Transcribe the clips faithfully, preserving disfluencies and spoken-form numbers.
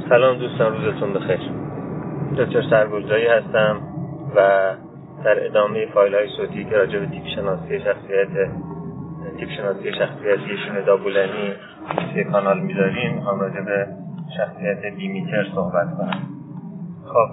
سلام دوستان، روزتون بخیر. دکتر سرگرجایی هستم و در ادامه فایل های صوتی که راجع به تیپ شناسی شخصیت تیپ شناسی شخصیت یشون دابولانی توی کانال میذاریم میخوام راجع به شخصیت دیمیتر صحبت کنم. خب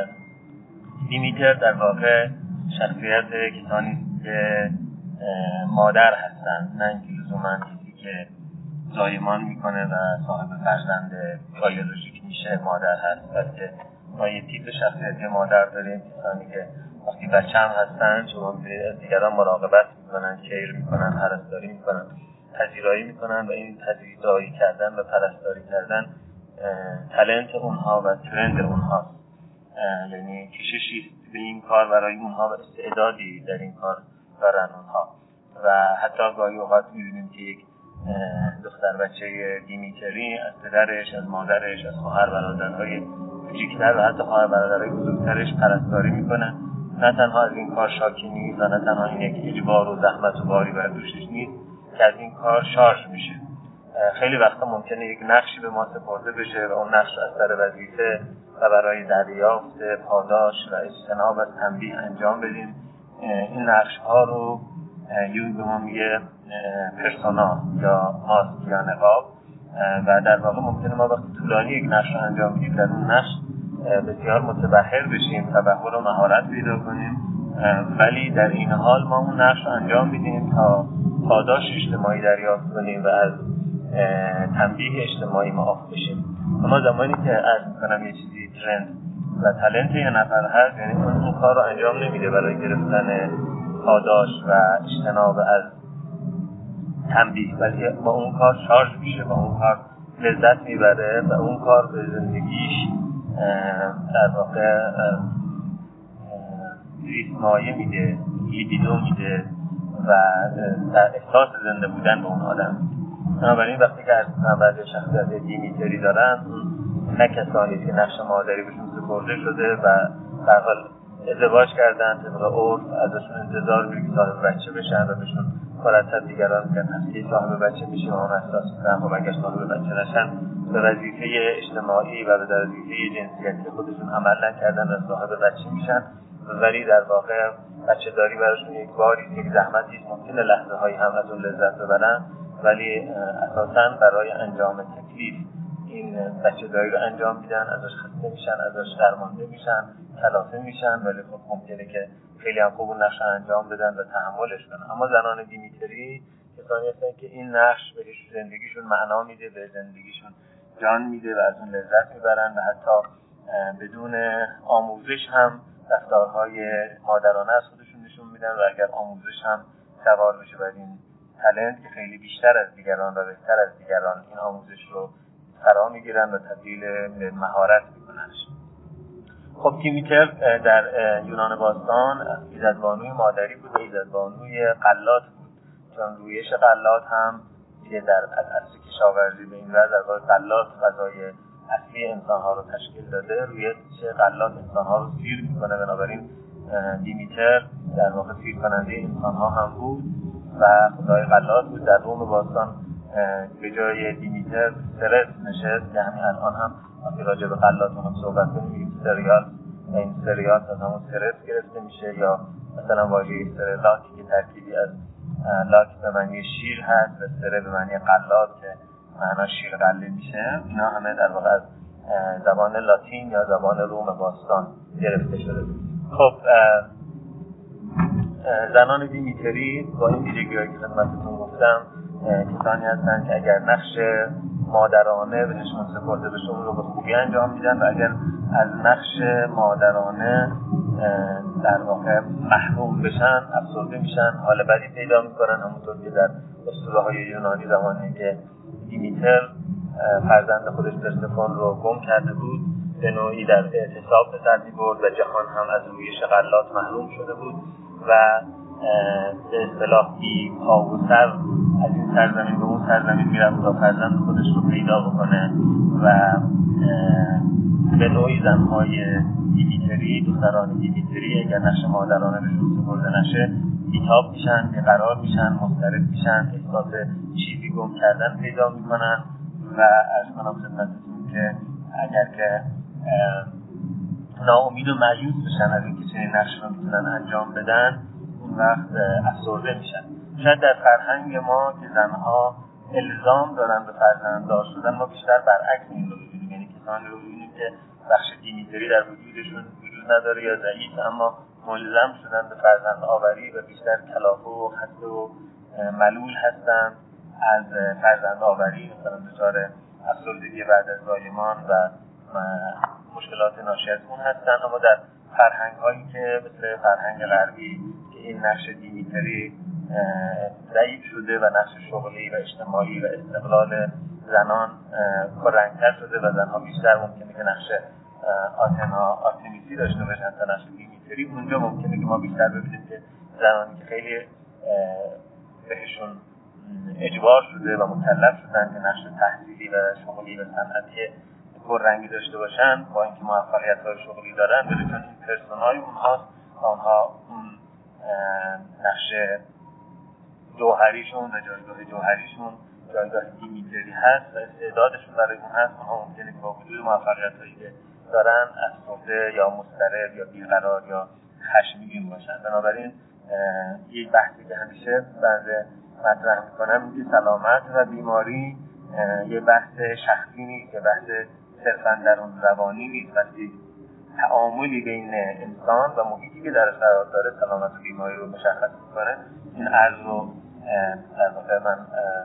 دیمیتر در واقع شخصیت کسانی که مادر هستن، نه اینکه لزوما کسی که زایمان میکنه و صاحب فرزند بیولوژیک میشه مادر هست، بلکه ما یه تیپ شخصیتی مادر داریم، کسانی که وقتی بچه هم هستن شما میبینید از دیگران مراقبت میکنن، کیر میکنن، پرستاری میکنن، پذیرایی میکنن و این پذیرایی کردن و پرستاری کردن تالنت اونها و ترند اونها، یعنی کششی به این کار برای اونها و استعدادی در این کار دارن اونها. و حتی گاهی اوقات میبینیم که یک دختر بچه دیمیتری از پدرش، از مادرش، از خواهر برادرهای کوچیک‌تر و حتی خواهر برادرهای بزرگترش پرستاری میکنه. نه تنها از این کار شاکی نیست و نه تنها این یک اجبار و زحمت و باری بر دوشش نیست که از این کار شارژ میشه. خیلی وقتا ممکنه یک نقشی به ما سپرده بشه و اون نقش از سر وظیفه و برای دریافت پاداش و اجتناب از تنبیه انجام بدیم. این نقش ها رو یون به ما میگه پرسونا یا ماسک یا نقاب، و در واقع ممکنه ما وقتی طولانی یک نقش رو انجام بدیم در اون نقش بسیار متبحر بشیم، تبحر و مهارت پیدا کنیم، ولی در این حال ما اون نقش رو انجام بدیم تا پاداش اجتماعی دریافت کنیم و از تنبیه اجتماعی ما آف بشیم. اما زمانی که عرض می‌کنم یه چیزی ترند و تالنت یه نفر هست، یعنی اون اون کار رو انجام نمیده برای گرفتن پاداش و اجتناب از تنبیه، بلکه با اون کار شارژ میشه، با اون کار لذت میبره و اون کار به زندگیش در واقع ریسمایه میده، لیبیدو میده و در احساس زنده بودن به اون آدم. بنابراین وقتی که از بعضی شخصیت دیمیتری دارن، نه کسانی که نقش مادری بهشون سپرده شده و در حال ازدواج کردن طبق عرف ازشون انتظار میره که صاحب بچه بشن و بهشون مرتب دیگران میگن هستی صاحب بچه میشه و اون احساس میکنن خب اگر صاحب بچه نشن به وظیفه اجتماعی و به وظیفه جنسیتی خودشون عمل نکردن و صاحب بچه میشن، ولی در واقع بچه داری براشون یک باری، یک زحمتی است. ممکنه لحظه هایی هم از اون لذت ببرن، ولی اساساً برای انجام تکلیف این بچه داری رو انجام میدن، ازش خسته میشن، ازش درمانده میشن، کلافه میشن، ولی خب ممکنه که خیلی هم خوب اون نقش انجام بدن و تحملش کنن. اما زنان دیمیتری کسانی هستن که این نقش بهش زندگیشون معنا میده، به زندگیشون جان میده و از اون لذت میبرن و حتی بدون آموزش هم رفتارهای مادرانه از خودشون نشون میدن و اگر آموزش هم سوار بشه بر این تالنت که خیلی بیشتر از دیگران و بهتر از دیگران این آموزش رو فرا میگیرن و تبدیل به مهارت میکننش. خب دیمیتر در یونان باستان ایزدبانوی مادری بود، ایزدبانوی غلات بود، چون رویش غلات هم دیگه در اصل کشاورزی به این وجه در واقع غلات غذای اصلی انسانها رو تشکیل داده، رویش غلات انسانها رو سیر میکنه، بنابراین دیمیتر در واقع سیر کننده انسانها هم بود و خدای غلات بود. در روم باستان به جای دیمیتر سرس نشست که همین الان هم وقتی راجع به غلات هم صحبت کنیم میگیم سریال، این سریال از همون سرس گرفته میشه، یا مثلا واژه سرلاک که ترکیبی از لاک به معنی شیر هست و سره به معنی غلات که معنا شیر غله میشه. اینا همه در واقع از زبان لاتین یا زبان روم باستان گرفته شده. خب زنان دیمیتری با این ویژگی‌هایی که خدمتتون گفتم کسانی هستن که اگر نقش مادرانه بهشون سپرده بشه اون رو به خوبی انجام میدن و اگر از نقش مادرانه در واقع محروم بشن افسرده میشن، حال بدی پیدا میکنن. همونطور که در اسطوره‌های یونانی زمانی که دیمیتر فرزند خودش پرسفون رو گم کرده بود به نوعی در اعتصاب به سر می‌برد و جهان هم از رویش غلات محروم شده بود و به اصطلاح بی پا و سر از این سرزمین به اون سرزمین میرفت تا فرزند خودش رو پیدا بکنه و به نوعی زنهای دیمیتری، دختران دیمیتری اگر نقش مادرانه بهشون سپرده نشه بیتاب میشن، بیقرار میشن، مضطرب میشن، احساس چیزی گم کردن پیدا میکنن و از کنم خدمتتون که اگر که ناامید و مایوس بشن از اینکه چنین نقشی رو میتونن انجام بدن، اون وقت افسرده میشن. شاید در فرهنگ ما که زنها الزام دارن به فرزنددار شدن، ما بیشتر برعکس این رو ببینیم، یعنی کسانی رو ببینیم که بخش دیمیتری در وجودشون وجود نداره یا ضعیف، اما ملزم شدن به فرزند آوری و بیشتر کلافه و خسته و ملول هستن از فرزند آوری، مثلا دچار افسردگی بعد از زایمان و مشکلات ناشی از اون هستن. اما در فرهنگ هایی که مثل فرهنگ غربی که این نقش دیمیتری ضعیف شده و نقش شغلی و اجتماعی و استقلال زنان پررنگ‌تر شده و زنها بیشتر ممکنه که نقش آتنا آرتمیسی داشته باشن تا نقش دیمیتری، اونجا ممکنه که ما بیشتر ببینیم که زنانی که خیلی بهشون اجبار شده و مکلف شدن که نقش تحصیلی و شغلی و صنعتی پررنگی داشته باشن، با اینکه موفقیت‌های شغلی دارن، ولی چون این پرسونای اونهاست، اونها اون نقش جوهریشون و جایگاه جوهریشون جایگاه دیمیتری هست و استعدادشون برای اون هست، اونها ممکنه که با وجود موفقیت‌هایی که دارن افسرده یا مضطرب یا بیقرار یا خشمگین باشن. بنابراین یک بحثی که همیشه بعد مطرح میکنم اینکه سلامت و بیماری یه بحث شخصی نیست، یه بحث صرفاً درون روانی نیست، وقتی تعاملی بین انسان و محیطی که درش قرار داره سلامت و بیماری رو مشخص میکنه. این عرض رو در واقع من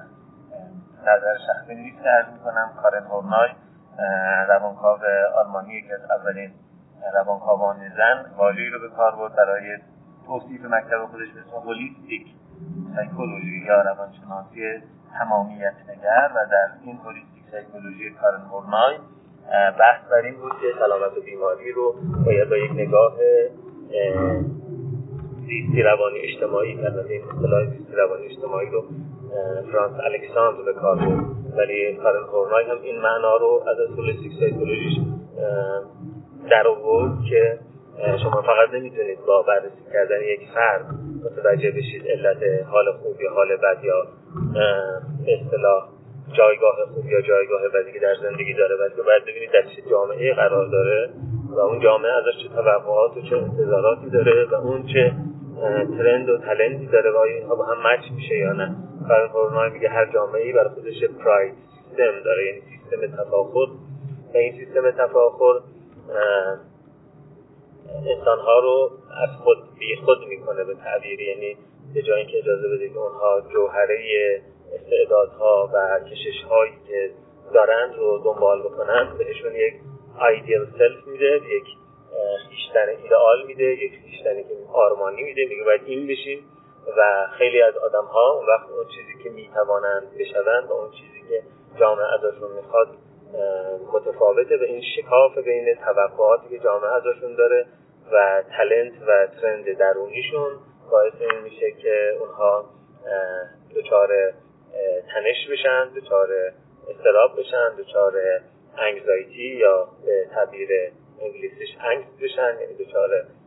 نظر شخصی نیست که عرض میکنم. کارن هورنای روانکاو آلمانی که از اولین روانکاوان زن واژه‌ای رو به کار برد برای توصیف مکتب خودش به اسم هولیستیک سایکولوژی یا روانشناسی تمامیت نگر، و در این هولیستیک سایکولوژی کارن هورنای بحث بر این بود که سلامت و بیماری رو باید با یک نگاه زیستی روانی اجتماعی کرد. این اصطلاح زیستی روانی اجتماعی رو فرانس الکساندر به کار برد، ولی کارن هورنای هم این معنا رو از هولیستیک سایکولوژیش در آورد که شما فقط نمیتونید با بررسی کردن یک فرد متوجه بشید علت حال خوب یا حال بد یا اصطلاح جایگاه خوب یا جایگاه بدی که در زندگی داره، بلکه باید ببینید در چه جامعه قرار داره و اون جامعه ازش چه توقعات و چه انتظاراتی داره و اون چه ترند و تلنتی داره و آیا اینها با هم مچ میشه یا نه. کارن هورنای میگه هر جامعه‌ای برای خودش پراید سیستم داره، یعنی سیستم تفاخر، و این سیستم تفاخر انسان‌ها رو از خود بی خود میکنه به تعبیر، یعنی به جای اینکه اجازه بده که اونها جوهره استعدادها و کشش‌هایی که دارن رو دنبال بکنن، بهشون یک ایدئال سلف میده، یک خویشتن ایدئال میده، یک خویشتنی که آرمانی میده، میگه باید این بشین. و خیلی از آدم‌ها اون وقت اون چیزی که میتوانند بشوند و اون چیزی که جامعه ازشون میخواد متفاوته، به این شکاف بین توقعاتی که جامعه ازشون داره و تالنت و ترند درونیشون باعث این میشه که اونها دچار تنش بشن، دچار اضطراب بشن، دچار انگزایتی یا به تعبیر انگلیسیش انگست بشن، یعنی دچار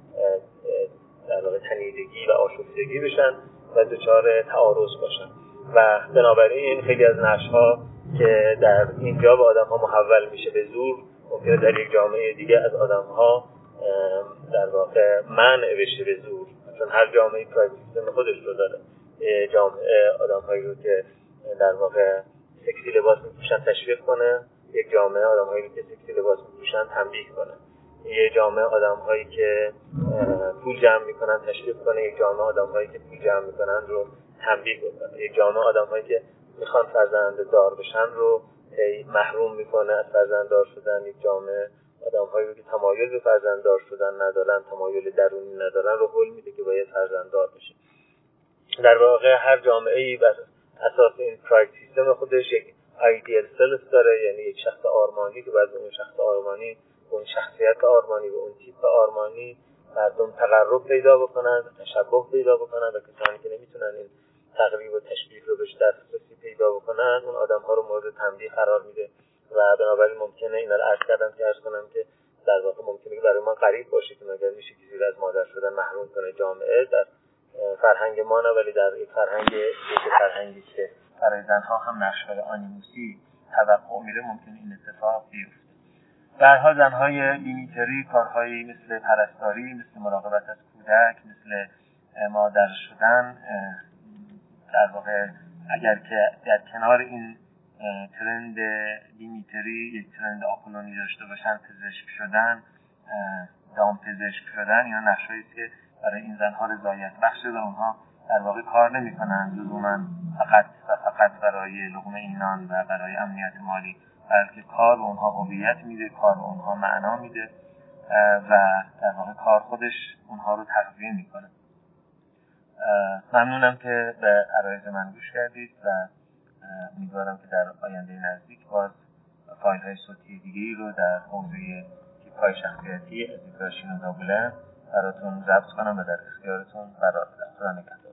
در واقع تنیدگی و آشفتگی بشن و دچار تعارض باشن. و بنابراین خیلی از نقش‌ها که در اینجا به آدم‌ها محول میشه به زور، ممکنه در یک جامعه دیگه از آدم‌ها در واقع منع بشه به زور، چون هر جامعه پراید سیستم خودش رو داره. جامعه آدم‌هایی رو که در واقع سکسی لباس می‌پوشن تشویق کنه، یک جامعه آدم‌هایی رو که سکسی لباس می‌پوشن تنبیه کنه، یک جامعه آدم‌هایی که پول جمع می‌کنن تشویق کنه، یک جامعه آدم‌هایی که پول جمع می‌کنن رو تنبیه کنه، یک جامعه آدم‌هایی که میخوان فرزند دار بشن رو محروم میکنه از فرزند دار شدن، یک جامعه آدم‌هایی رو که تمایل به فرزند دار شدن ندارن، تمایل درونی ندارن رو هول میده که باید فرزند دار بشه. در واقع هر جامعه‌ای بر اساس این پراید سیستم خودش یک ایدئال سلف داره، یعنی یک شخص آرمانی که باید اون شخص آرمانی، اون شخصیت آرمانی و اون تیپ آرمانی مردم تقرب پیدا بکنن، تشبه پیدا بکنن و کسانی که نمیتونن این تقریب و تشبیه رو بهش دسترسی پیدا بکنن اون آدم‌ها رو مورد تنبیه قرار میده. و بنابراین ممکنه اینا رو عرض کردم که عرض کنم که در واقع ممکنه که برای ما غریب باشه که مگر میشه که زیر از مادر شدن محروم کنه جامعه. در فرهنگ ما نه، ولی در یک فرهنگ یک فرهنگی که برای زنها هم نقش‌های آنیموسی توقع میره ممکنه این اتفاق بیفته. به هر حال زنهای دیمیتری کارهایی مثل پرستاری، مثل مراقبت از کودک، مثل مادر شدن، در واقع اگر که در کنار این ترند دیمیتری یک ترند آپولونی داشته باشن، پزشک شدن، دام پزشک شدن، یا نقشایی که برای این زنها رضایت بخشه و اونها در واقع کار نمی کنن لزوما فقط و فقط برای لقمه اینان و برای امنیت مالی، بلکه کار به اونها هویت میده، کار به اونها معنا میده و در واقع کار خودش اونها رو تغذیه میکنه. ممنونم که به عرایض من گوش کردید و امیدوارم که در آینده نزدیک باز فایل های صوتی دیگه‌ای رو در حوزه تیپ‌های شخصیتی از دیدگاه شینودا بلند براتون ضبط کنم و در اختیارتون قرار بدم.